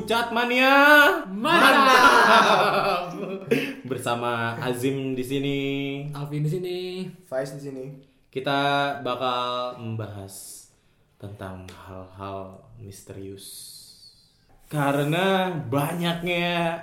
Bucat Mania. Mantap. Bersama Azim di sini, Alvin di sini, Faiz di sini. kita bakal membahas tentang hal-hal misterius. Karena banyaknya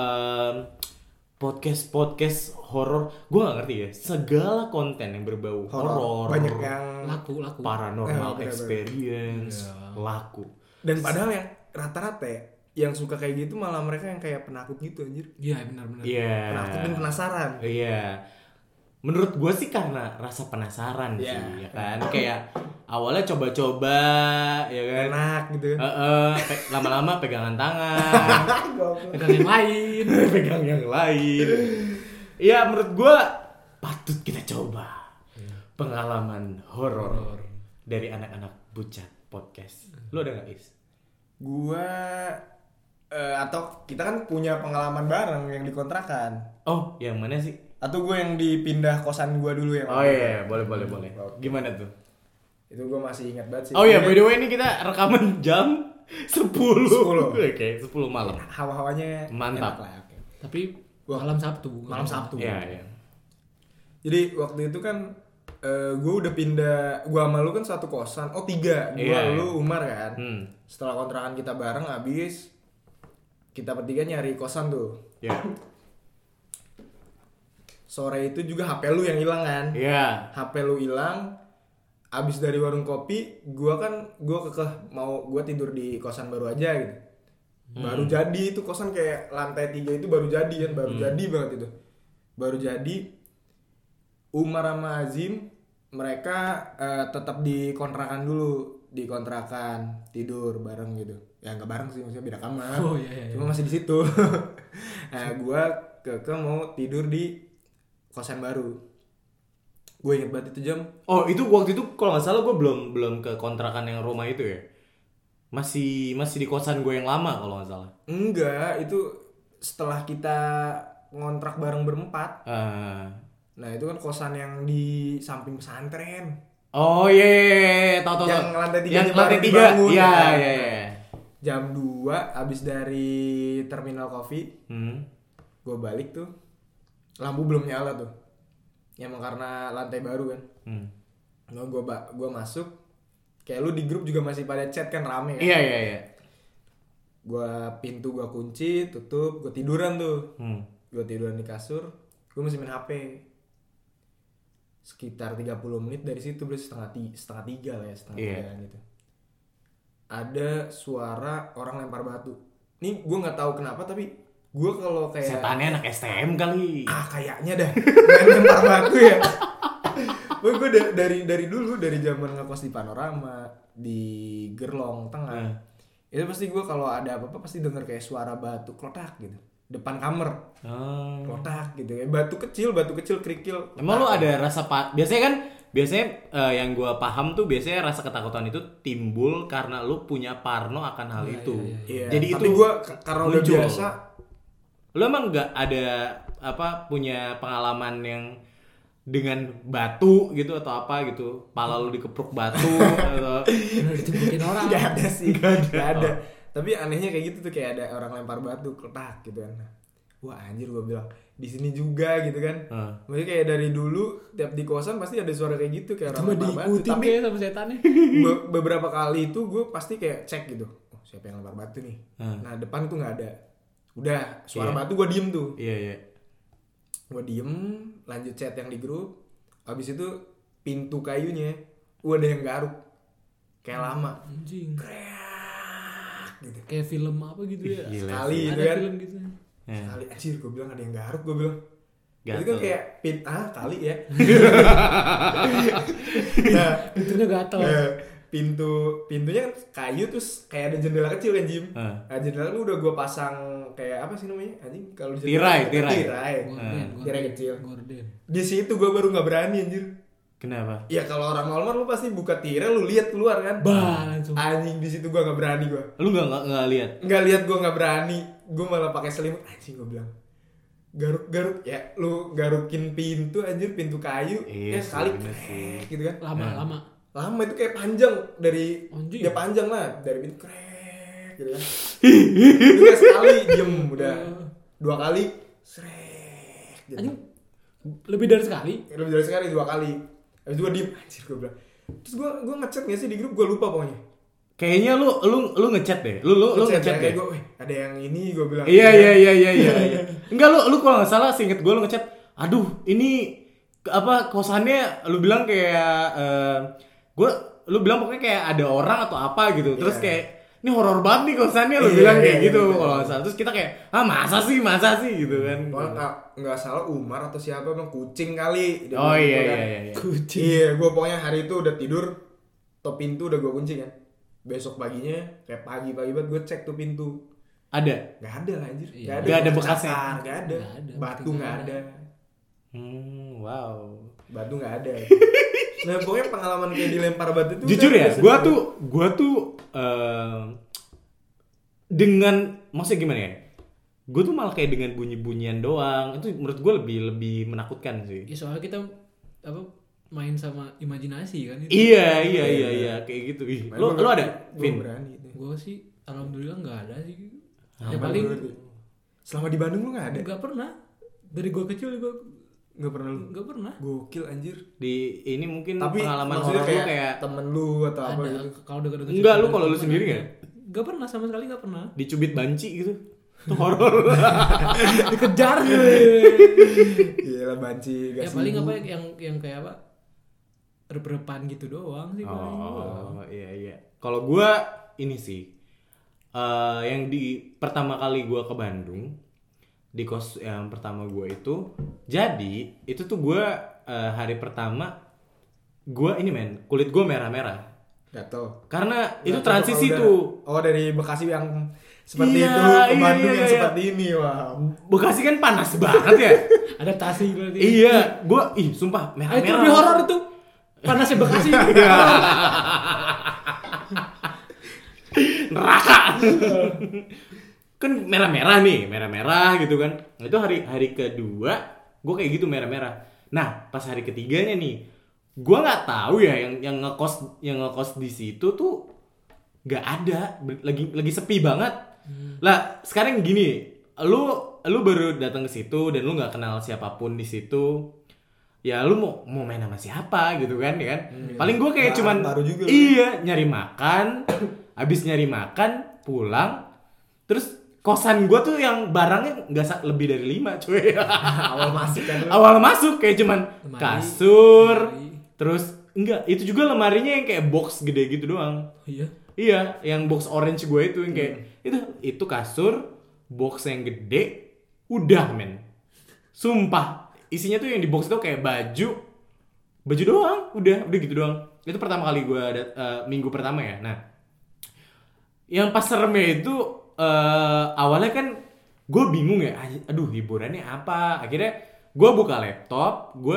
podcast horor, gue nggak ngerti ya. Segala konten yang berbau horor, banyak yang laku. paranormal bener-bener. experience, laku. Dan padahal yang rata-rata ya, yang suka kayak gitu malah mereka yang kayak penakut gitu anjir. Iya benar-benar. Iya. Penakut dan penasaran. Iya. Menurut gue sih karena rasa penasaran Iya. sih, ya kan. Kayak awalnya coba-coba, ya kan. Enak gitu kan. Lama-lama pegangan tangan, Pegang yang lain. pegang yang lain. Iya, menurut gue patut kita coba pengalaman horor dari anak-anak Bucat Podcast. Lu ada nggak, Is? Gua atau kita kan punya pengalaman bareng yang dikontrakan. Oh, yang mana sih? Atau gue yang dipindah kosan gue dulu yang. Oh iya, boleh. Gimana tuh? Itu gue masih ingat banget sih. Oh iya, by the way ini kita rekaman jam 10. 10. Oke, 10 malam. Hawa-hawanya Mantap. enak lah. Oke. Tapi malam Sabtu. Malam Sabtu. Iya. Jadi waktu itu kan gue udah pindah, gue sama lu kan satu kosan. Oh 3, gue Iya. lu Umar kan. Hmm. Setelah kontrakan kita bareng habis, kita bertiga nyari kosan tuh. Ya. Sore itu juga HP lu yang hilang kan. Iya. HP lu hilang. Abis dari warung kopi, gue kekeh mau gue tidur di kosan baru aja gitu. Baru jadi itu kosan kayak lantai 3 itu baru jadi kan, baru jadi banget itu. Baru jadi. Umar sama Azim mereka tetap di kontrakan dulu, di kontrakan tidur bareng gitu. Ya nggak bareng sih, maksudnya beda kamar. Oh iya. Cuma masih di situ. Nah, gue kekeh mau tidur di kosan baru. Gue inget banget itu jam. Oh, itu waktu itu kalau nggak salah gue belum ke kontrakan yang rumah itu ya. Masih di kosan gue yang lama kalau nggak salah. Enggak, itu setelah kita ngontrak bareng berempat. Nah, itu kan kosan yang di samping pesantren. Oh iya, tahu. Yang lantai 3 Yang baru lantai 3. dibangun, Iya, kan. iya. Jam 2 abis dari terminal coffee, gue balik tuh. Lampu belum nyala tuh. Ya emang karena lantai baru kan. Nah, gue masuk. Kayak lu di grup juga masih pada chat kan, rame kan. Iya. Pintu gue kunci, tutup, gue tiduran tuh. Gue tiduran di kasur, gue masih main HP. Sekitar 30 menit dari situ, berarti setengah tiga lah ya, tiga gitu. Ada suara orang lempar batu. Nih gue nggak tahu kenapa, tapi gue kalau kayak Setannya anak STM kali. kayaknya dah main lempar batu ya. Gue dari dulu, dari zaman ngekos di Panorama, di Gerlong Tengah. Itu pasti gue kalau ada apa-apa pasti denger kayak suara batu klotak gitu. Depan kamar. Klotak gitu. Batu kecil kerikil. Emang lu ada rasa biasanya yang gue paham tuh biasanya rasa ketakutan itu timbul karena lu punya parno akan hal itu. Iya. Jadi tapi itu gue karena udah muncul. biasa. Lu emang nggak ada punya pengalaman yang dengan batu gitu atau apa gitu, pala lu dikepruk batu atau Benar ditimpukin orang. Gak ada sih. Gak ada. Tapi anehnya kayak gitu tuh, kayak ada orang lempar batu kletak gitu kan. Wah anjir, gue bilang di sini juga gitu kan. Maksudnya kayak dari dulu tiap di kosan pasti ada suara kayak gitu, kayak Cuma orang lempar batu. diikutin Tapi kayak sama setannya. beberapa kali itu gue pasti kayak cek gitu. Oh, siapa yang lempar batu nih? Nah depan tuh nggak ada. Udah suara batu gue diem tuh. Iya. Gue diem, lanjut chat yang di grup. Abis itu pintu kayunya ada yang garuk. Kayak lama. Anjing. Gitu. Kayak film apa gitu ya. Gila Sekali Ada gitu kan. film gitu. Sekali anjir, gue bilang ada yang garuk, gue bilang. Gatel. Itu kan kayak kali ya. Nah, Pintunya gatel. pintunya kan kayu terus kayak ada jendela kecil kan Jim. Nah, jendela itu udah gue pasang kayak apa sih namanya? Anjing kalau di Tirai. Tirai kecil. Gorden. Di situ gue baru nggak berani anjir. Kenapa? Ya kalau orang normal lu pasti buka tirai lu lihat keluar kan. Langsung. Anjing di situ gue nggak berani gue. Lu nggak lihat? Nggak lihat, gue nggak berani. Gue malah pakai selimut. Anjing, gue bilang garuk ya, lu garukin pintu anjir, pintu kayu. Iya, Sekali sih. gitu kan. Lama. Lama itu kayak panjang dari Anjing. ya panjang lah dari pintu gitu kan. Itu kayak sekali diem udah. 2 kali srek gitu. Anjing lebih dari sekali. Lebih dari sekali 2 kali. Habis itu gue diem anjir gue bilang. Terus gue ngechat nggak sih di grup, gue lupa pokoknya. Kayaknya lu ngechat deh. Lu ngechat deh. Kayak gue, ada yang ini gue bilang. Iya. Enggak lu kalau nggak salah seinget gue lu ngechat. Aduh ini apa kosannya lu bilang kayak lu bilang pokoknya kayak ada orang atau apa gitu. Terus kayak ini horor banget nih kosannya lu bilang kayak gitu kalau nggak salah. Terus kita kayak masa sih gitu kan. Kalau nggak salah Umar atau siapa bilang kucing kali. Oh iya. Kucing. Iya, gue pokoknya hari itu udah tidur, top pintu udah gue kunci kan. Besok paginya kayak pagi banget gue cek tuh pintu. Ada? Nggak ada lah anjir. Iya. Nggak ada bekasnya? Nggak ada. Batu nggak ada. Wow. Batu nggak ada. Nah pokoknya pengalaman kayak dilempar batu itu. Jujur ya, gue tuh dengan maksudnya gimana ya? Gue tuh malah kayak dengan bunyi-bunyian doang. Itu menurut gue lebih menakutkan sih. Ya, soalnya kita main sama imajinasi kan itu. Iya kayak gitu. Lu ada? Vin? Berani. Gue sih alhamdulillah nggak ada sih. Ya paling selama di Bandung lu nggak ada? Nggak pernah. Dari gue kecil gue nggak pernah lu? Nggak pernah. Gokil anjir. Di ini mungkin tapi pengalaman horor lu kayak temen lu atau apa ada. gitu? Kalau dekat-dekat. Enggak, lu kalau lu sendiri nggak? Nggak pernah, sama sekali nggak pernah. Dicubit banci gitu. Itu horor. Dikejar. Iya lah banci. Ya paling apa yang kayak apa? Rep-repan gitu doang sih paling. Oh iya. Kalau gue ini sih yang di pertama kali gue ke Bandung di kos yang pertama gue itu, jadi itu tuh gue hari pertama gue ini kulit gue merah-merah. Gatel. Karena itu transisi tuh. Oh dari Bekasi yang seperti itu ke Bandung yang seperti ini, wow. Bekasi kan panas banget ya. Adaptasi berarti. Iya, gue sumpah merah-merah. Itu lebih horor itu. Panasnya Bekasi. Neraka. Kan merah-merah gitu kan. Nah, itu hari kedua gue kayak gitu merah-merah. Nah, pas hari ketiganya nih, gue nggak tahu ya yang ngekos di situ tuh nggak ada, lagi sepi banget. Lah, sekarang gini, lu baru datang ke situ dan lu nggak kenal siapapun di situ. Ya lu mau main sama siapa gitu kan, ya kan? Paling gue kayak cuman nyari makan, habis nyari makan pulang, terus kosan gue tuh yang barangnya nggak lebih dari 5 cuy. Awal masuk kayak cuman lemari, kasur, terus enggak, itu juga lemarinya yang kayak box gede gitu doang. Iya, yang box orange gue itu yang kayak itu kasur, box yang gede, udah sumpah. Isinya tuh yang di box itu kayak baju doang, udah gitu doang. Itu pertama kali gue minggu pertama ya. Nah, yang pas seremnya itu awalnya kan gue bingung ya, aduh hiburannya apa. Akhirnya gue buka laptop, gue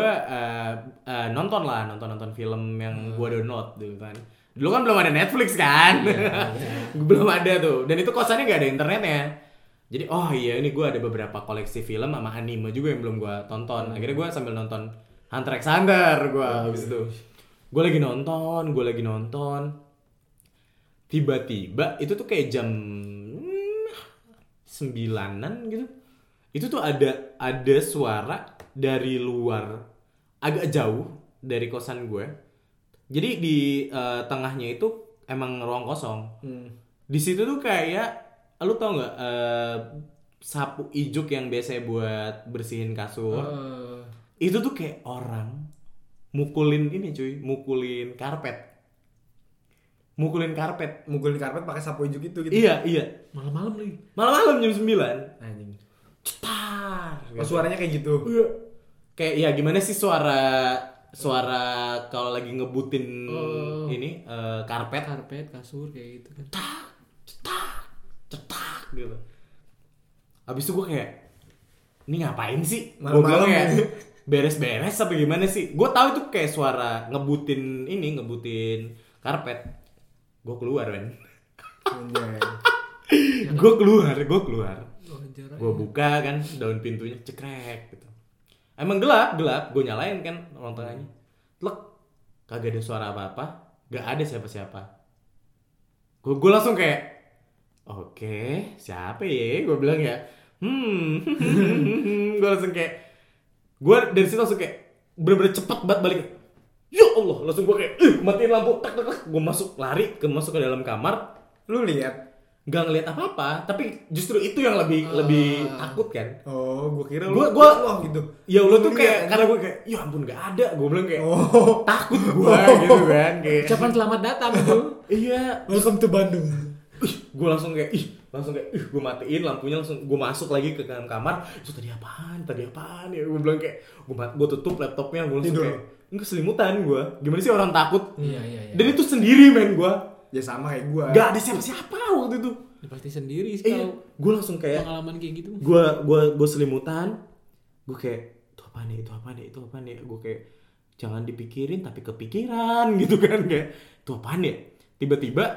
nonton film yang gue download gitu kan. Dulu kan belum ada Netflix kan, belum ada tuh. Dan itu kosannya nggak ada internetnya. Jadi ini gue ada beberapa koleksi film sama anime juga yang belum gue tonton. Akhirnya gue sambil nonton Hunter x Hunter gue habis itu. Gue lagi nonton. Tiba-tiba itu tuh kayak jam 9-an gitu. Itu tuh ada suara dari luar agak jauh dari kosan gue. Jadi di tengahnya itu emang ruang kosong. Di situ tuh kayak lu tau nggak sapu ijuk yang biasa buat bersihin kasur. Itu tuh kayak orang mukulin karpet pakai sapu ijuk itu gitu. Iya. Malam-malam lagi. Malam jam 9. Anjing. Cetar. Suaranya kayak gitu. Iya. Kayak ya gimana sih suara kalau lagi ngebutin karpet kasur kayak gitu kan. Cetak gitu. Abis itu gue kayak ini ngapain sih? Gue bilang ya beres-beres apa gimana sih? Gue tahu itu kayak suara ngebutin karpet. Gue keluar gue keluar. Gue buka kan daun pintunya, cekrek gitu. Emang gelap. Gue nyalain kan ruang tengahnya. Tlek, kagak ada suara apa-apa, gak ada siapa-siapa. Gue langsung kayak Oke, siapa ya? Gue bilang ya. Gue langsung kayak, gue dari situ langsung kayak bener-bener cepet banget balik. Ya Allah, langsung gue kayak, matiin lampu, tak. Gue masuk ke dalam kamar. Lu lihat? Gak ngeliat apa-apa, tapi justru itu yang lebih takut kan. Oh, gue kira Gua- lu gua- Allah gitu. Ya Allah tuh Lu kayak, lihat. karena gue kayak, ya ampun gak ada. Gue bilang kayak, Oh. takut gue gitu kan. Kayak, Ucapan selamat datang itu. iya. Welcome to Bandung. Gue langsung kayak, gue matiin lampunya, langsung gue masuk lagi ke dalam kamar. Itu tadi apaan ya? Gue bilang kayak, gue tutup laptopnya, gue langsung Tidur. kayak, enggak selimutan gue. Gimana sih orang takut? Iya. Dan itu sendiri men gue. Ya sama kayak gue. Gak ada siapa-siapa waktu itu. Ya, pasti sendiri sih Iya, kalau gue langsung kayak, pengalaman kayak gitu. gue selimutan. Gue kayak, itu apaan ya? Gue kayak, jangan dipikirin tapi kepikiran gitu kan. Kayak, itu apaan ya? Tiba-tiba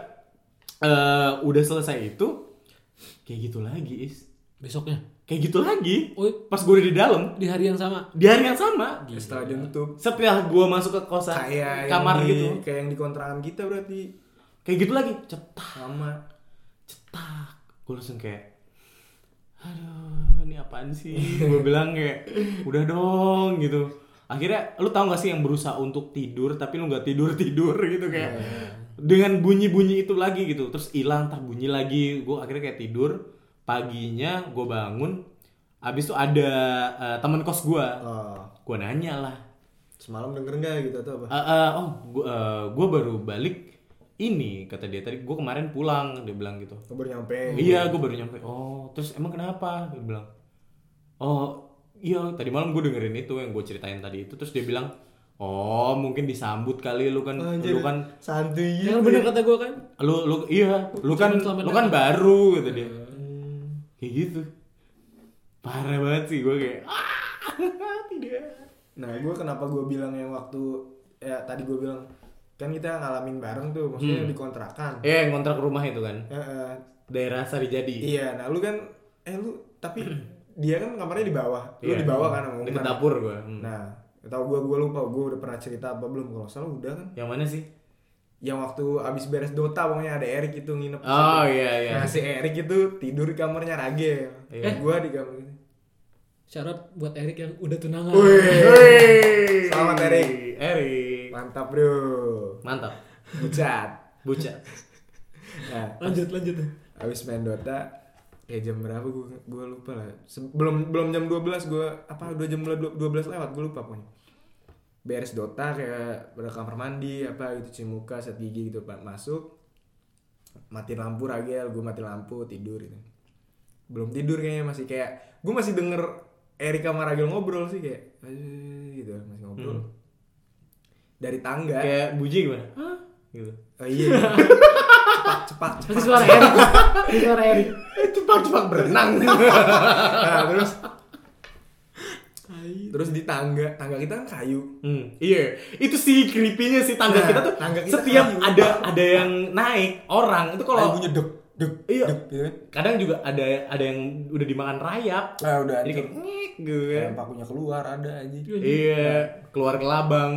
udah selesai itu, kayak gitu lagi Besoknya. kayak gitu lagi. Oh, Pas gue udah di dalam, di hari yang sama. di hari yang sama, Setelah dia tutup. setelah gue masuk ke kosan Kayak kamar yang di, gitu, kayak yang di kontrakan kita berarti. kayak gitu lagi, cetak, Sama. gue langsung kayak, aduh ini apaan sih? Gue bilang kayak, udah dong gitu. Akhirnya lu tau gak sih yang berusaha untuk tidur tapi lu nggak tidur gitu kayak dengan bunyi itu lagi gitu, terus hilang, ntar bunyi lagi. Gue akhirnya kayak tidur. Paginya gue bangun, abis itu ada teman kos gue. Oh. Gue nanya lah, Semalam denger nggak gitu atau apa? gue baru balik ini, kata dia tadi gue kemarin pulang, dia bilang gitu. Gue baru nyampe. Iya, gue baru nyampe. Oh, terus emang kenapa? Dia bilang, oh iya tadi malam gue dengerin itu yang gue ceritain tadi itu. Terus dia bilang, oh mungkin disambut kali, lu kan Anjir, lu kan santuy Yang gitu. bener kata gue kan. lu kan baru gitu dia. Kayak gitu. Parah banget sih gue kayak tidak. Nah, gue kenapa gue bilang yang waktu ya tadi gue bilang kan kita ngalamin bareng tuh, maksudnya di kontrakan. Ngontrak rumah itu kan. Daerah Sarijadi. Iya, nah lu kan lu tapi dia kan kamarnya di bawah. Lu Iya. di bawah kan sama Deket Umar. dapur gue. Nah, tahu gue lupa, gue udah pernah cerita apa belum, kalau salah udah kan. Yang mana sih? Yang waktu abis beres Dota pokoknya ada Erik itu nginep di Oh situ. iya. Nah, si Erik itu tidur di kamarnya Ragel. Iya. Gua di kamar ini. Syarat buat Erik yang udah tunangan. Wih. Selamat Erik. Mantap, Bro. Mantap. Bucat. Nah, Lanjut. abis main Dota jam berapa gue lupa lah. Belum jam 12 gue udah jam 12 lewat gue lupa pokoknya. Beres Dota kayak pada kamar mandi apa gitu, cuci muka, set gigi gitu, masuk. Mati lampu Ragel, gue mati lampu, tidur gitu. Belum tidur kayaknya, masih kayak gue masih denger Erik sama Ragel ngobrol sih kayak gitu, masih ngobrol. Dari tangga. Kayak buji gimana? Hah? Gitu. Oh iya. cepat. Pasti suara Erik. Pasti suara Erik. Cepat berenang. Nah, terus di tangga kita kan kayu. Iya, itu sih creepy-nya sih tangga kita tuh. tangga kita Setiap kayu. ada yang naik orang itu kalau Bunyi deg iya, gitu kan. kadang juga ada yang udah dimakan rayap. Ah, udah Jadi hancur. kayak ngek gitu kan. Kayak pakunya keluar ada aja. Iya, keluar ke labang.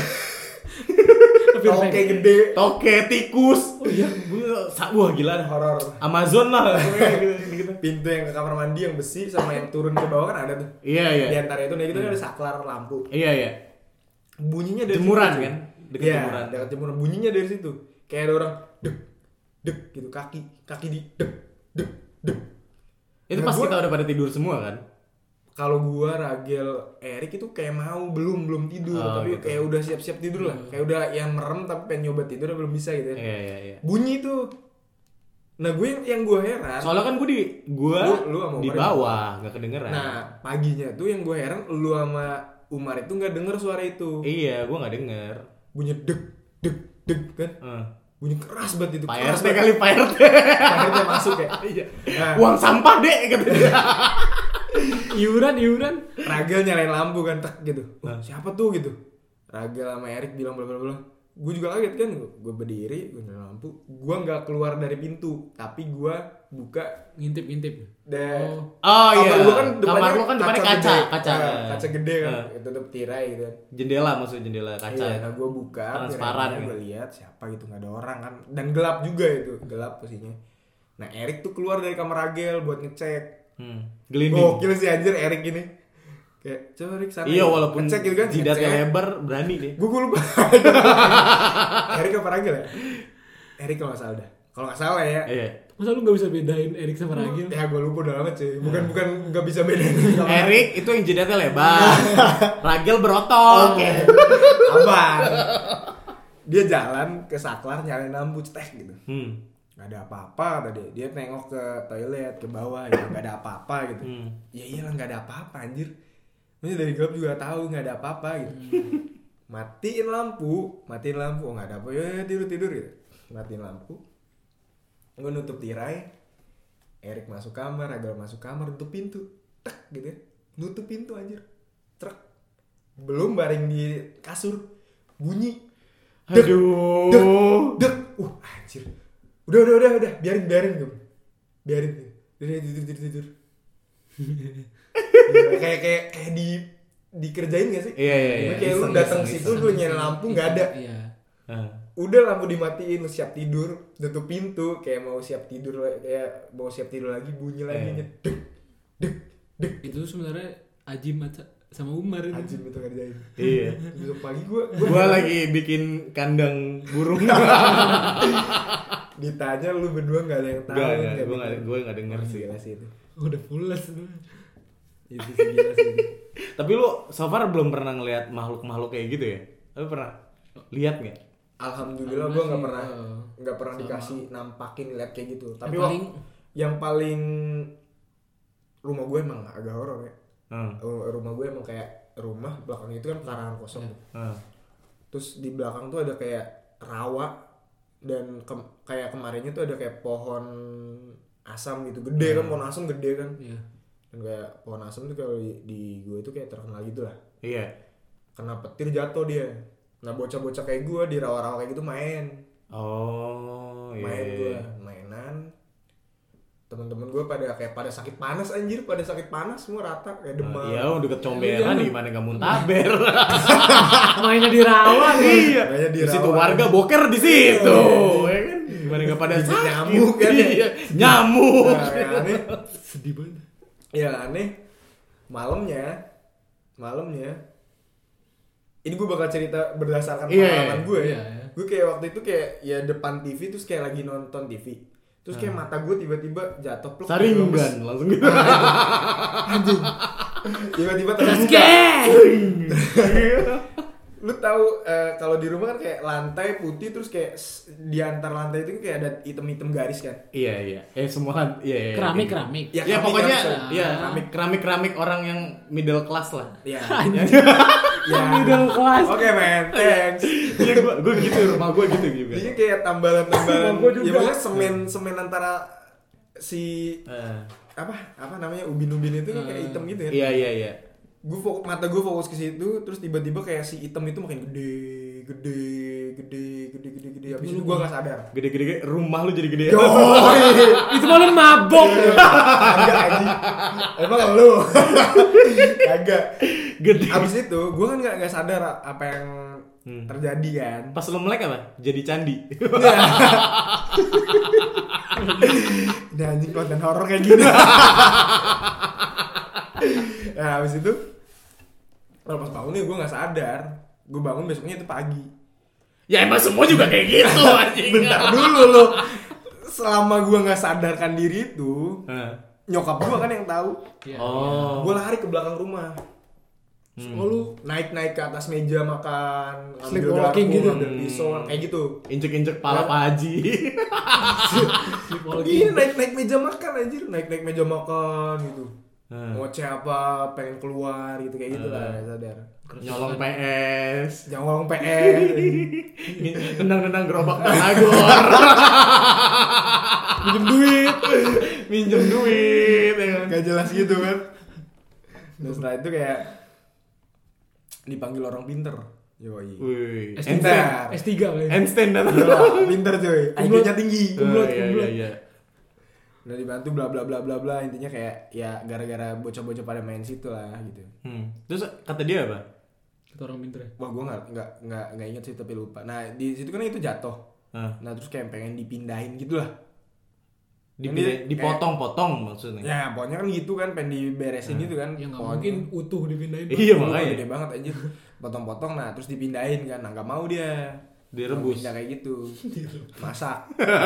Toke gede. Toke, tikus. Oh iya, wah gila dah. Horor. Amazon lah. Gitu. Pintu yang ke kamar mandi yang besi sama yang turun ke bawah kan ada tuh. Iya. Di antara itu gitu kan ada saklar lampu. Iya. Bunyinya dari Jemuran situ. kan? Dekat Iya, jemuran. dekat jemuran. Bunyinya dari situ. Kayak ada orang deg gitu, kaki di deg. Itu Nah, pas gua- kita udah pada tidur semua kan? Kalau gua, Ragel, Erik itu kayak belum tidur, Oh, tapi gitu. kayak udah siap-siap tidur lah. Kayak udah yang merem tapi pengen nyoba tidur belum bisa gitu ya. Iya. Bunyi tuh. Nah, yang gue heran. Soalnya kan gue Lu sama di Umar bawah, nggak kedengeran. Nah, paginya tuh yang gue heran lu sama Umar itu nggak denger suara itu. Iya, gue nggak denger. Bunyi deg kan. Bunyi keras banget itu. Pak keras RT banget. kali Pak RT. Akhirnya masuk ya. Iya. Nah, Uang sampah dek katanya. Iuran. Ragel nyalain lampu kan tek gitu. Siapa tuh gitu? Ragel sama Erik bilang bla bla bla. Gue juga kaget kan, gue berdiri, gue nyalain lampu. Gue nggak keluar dari pintu, tapi gue buka. Ngintip. Oh iya. Kamar gua kan Kamar lu kan depannya kaca. kaca gede kan, tutup tirai gitu. Jendela maksudnya jendela kaca. Iya, nah gue buka, Transparan gue gitu. lihat siapa gitu, nggak ada orang kan, dan gelap juga itu, gelap posisinya. Nah Erik tuh keluar dari kamar Ragel buat ngecek. Gelinding. Gokil sih anjir Erik ini. Kayak coba Erik sana. Iya walaupun ngecek gitu kan. jidatnya ngecek. lebar berani deh. Gue lupa. Erik apa Ragel ya? Erik kalau nggak salah dah. Kalau nggak salah ya. Iya. Masa lu nggak bisa bedain Erik sama Ragil? Ya gue lupa udah lama cuy. Bukan nggak bisa bedain. Erik itu yang jidatnya lebar. Ragel berotot. Oke. Abang. Dia jalan ke saklar nyalain lampu cetek gitu. Gak ada apa-apa tadi. Dia nengok ke toilet ke bawah ya gak ada apa-apa gitu. Ya iyalah gak ada apa-apa anjir. Maksudnya dari gelap juga tahu gak ada apa-apa gitu. Matiin lampu. Oh gak ada apa. Ya tidur gitu. Matiin lampu. Gue nutup tirai. Erik masuk kamar, Ragel masuk kamar, nutup pintu. Tak gitu ya. Nutup pintu anjir. Trek. Belum baring di kasur. Bunyi. Aduh. Dek. Anjir. Udah. Biarin gitu. Biarin. Tidur. kayak dikerjain gak sih? Iya. Kayak lu datang situ lu nyalain lampu nggak ada. Iya. Udah lampu dimatiin, lu siap tidur, tutup pintu, kayak mau siap tidur lagi bunyi lagi dek. Itu sebenarnya Ajim sama Umar itu. Anjir itu ngerjain. Iya. Besok pagi gua lagi bikin kandang burung. ditanya lu berdua nggak ada yang tahu. Gue nggak denger sih. Gila sih itu. Udah pulas tuh. Itu sih gila sih. Tapi lu so far belum pernah ngelihat makhluk kayak gitu ya? Lu pernah lihat nggak? Alhamdulillah gue nggak pernah dikasih nampakin lihat kayak gitu. Tapi yang paling rumah gue emang agak horor ya. Rumah gue emang kayak rumah belakang itu kan pekarangan kosong. Terus di belakang tuh ada kayak rawa dan kayak kemarinnya tuh ada kayak pohon asam gitu gede kan, pohon asam gede kan. Iya. Dan kayak pohon asam tuh kalau di gue itu kayak terkenal gitu lah. Iya. Kena petir jatuh dia. Nah bocah-bocah kayak gue di rawa-rawa kayak gitu main. Oh iya. Main gue mainan. Temen-temen gue pada sakit panas anjir, pada sakit panas semua rata kayak demam. Iya, deket comberan gimana nggak muntaber. Mainnya di rawa nih. Iya. Mainnya di Di situ rawa. warga boker di situ, ya kan? Gimana nggak pada Gigit sakit? nyamuk kan ya? Iya, nyamuk. Nah, yang aneh, Sedih banget. ya aneh. Malamnya, ini gue bakal cerita berdasarkan pengalaman gue. Iya. Gue kayak waktu itu kayak ya depan TV terus kayak lagi nonton TV. Terus kayak mata gue tiba-tiba jatuh pluk. Saringan langsung gitu. Anjing. Tiba-tiba terbuka. Lu tahu kalau di rumah kan kayak lantai putih terus kayak di antar lantai itu kayak ada item-item garis kan. Iya. Semua kan iya. Keramik. Ya, Ya keramik, pokoknya keramik. ya keramik orang yang middle class lah. Ya. Middle class. Oke, man. Thanks. Iya gue gitu, rumah gue gitu juga. Jadi kayak tambalan-tambalan. Gua juga. Ya maksudnya semen antara si apa namanya ubin-ubin itu kan kayak hitam gitu ya. Iya. Mata gue fokus ke situ terus tiba-tiba kayak si hitam itu makin gede. Habis itu gue enggak sadar. Gede-gede rumah lu jadi gede. Itu malah mabok. Kagak anjing. Emang lu. Kagak. Gede. Abis itu gue kan enggak sadar apa yang terjadi kan. Pas lu melek apa? Jadi candi. Udah anjing konten horor kayak gini. Nah abis itu kalau pas bangun nih gue nggak sadar. Gue bangun besoknya itu pagi. Ya emang semua juga kayak gitu anjing. Bentar dulu lo. Selama gue nggak sadarkan diri itu, nyokap gue kan yang tahu. Oh. Gue lari ke belakang rumah. Lu naik ke atas meja makan, Sleepwalking gitu, ambil pisau kayak gitu. Injek-injek pala Pak Haji. Iya naik meja makan anjir, naik meja makan gitu. Ngoceh apa, pengen keluar gitu kayak gitu lah, gak sadar. Nyolong PS. Nyolong PS. Nendang-nendang gerobak Tanagor. Minjem duit ya kan. Gak jelas gitu kan. Dan setelah itu kayak dipanggil orang pinter. Yoi. Wih, S3 kali. Einstein datang. Gila, pinter cuy. IQ-nya tinggi. Iya. Udah dibantu bla bla bla bla bla, intinya kayak ya gara-gara bocah-bocah pada main situ lah gitu. Terus kata dia apa? Kata orang pinter ya. Wah, gua enggak ingat sih tapi lupa. Nah, di situ kan itu jatuh. Nah, terus kayak pengen dipindahin gitu lah. Dipotong-potong maksudnya. Ya, pokoknya kan gitu kan, pengen diberesin gitu kan. Ya nggak Pokoknya mungkin utuh dipindahin. Iya, Makanya makanya. gede banget anjir. Potong-potong nah terus dipindahin kan. Nah, enggak mau dia. Direbus. Pindah kayak gitu. Masak.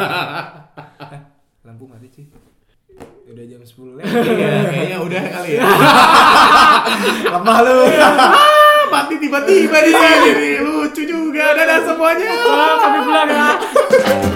Lampu mati sih. Udah jam 10 lewat. Iya, kayaknya udah kali ya. Lemah lu. Mati tiba-tiba di sini nih. Lucu juga. Dadah semuanya. Kami pulang ya.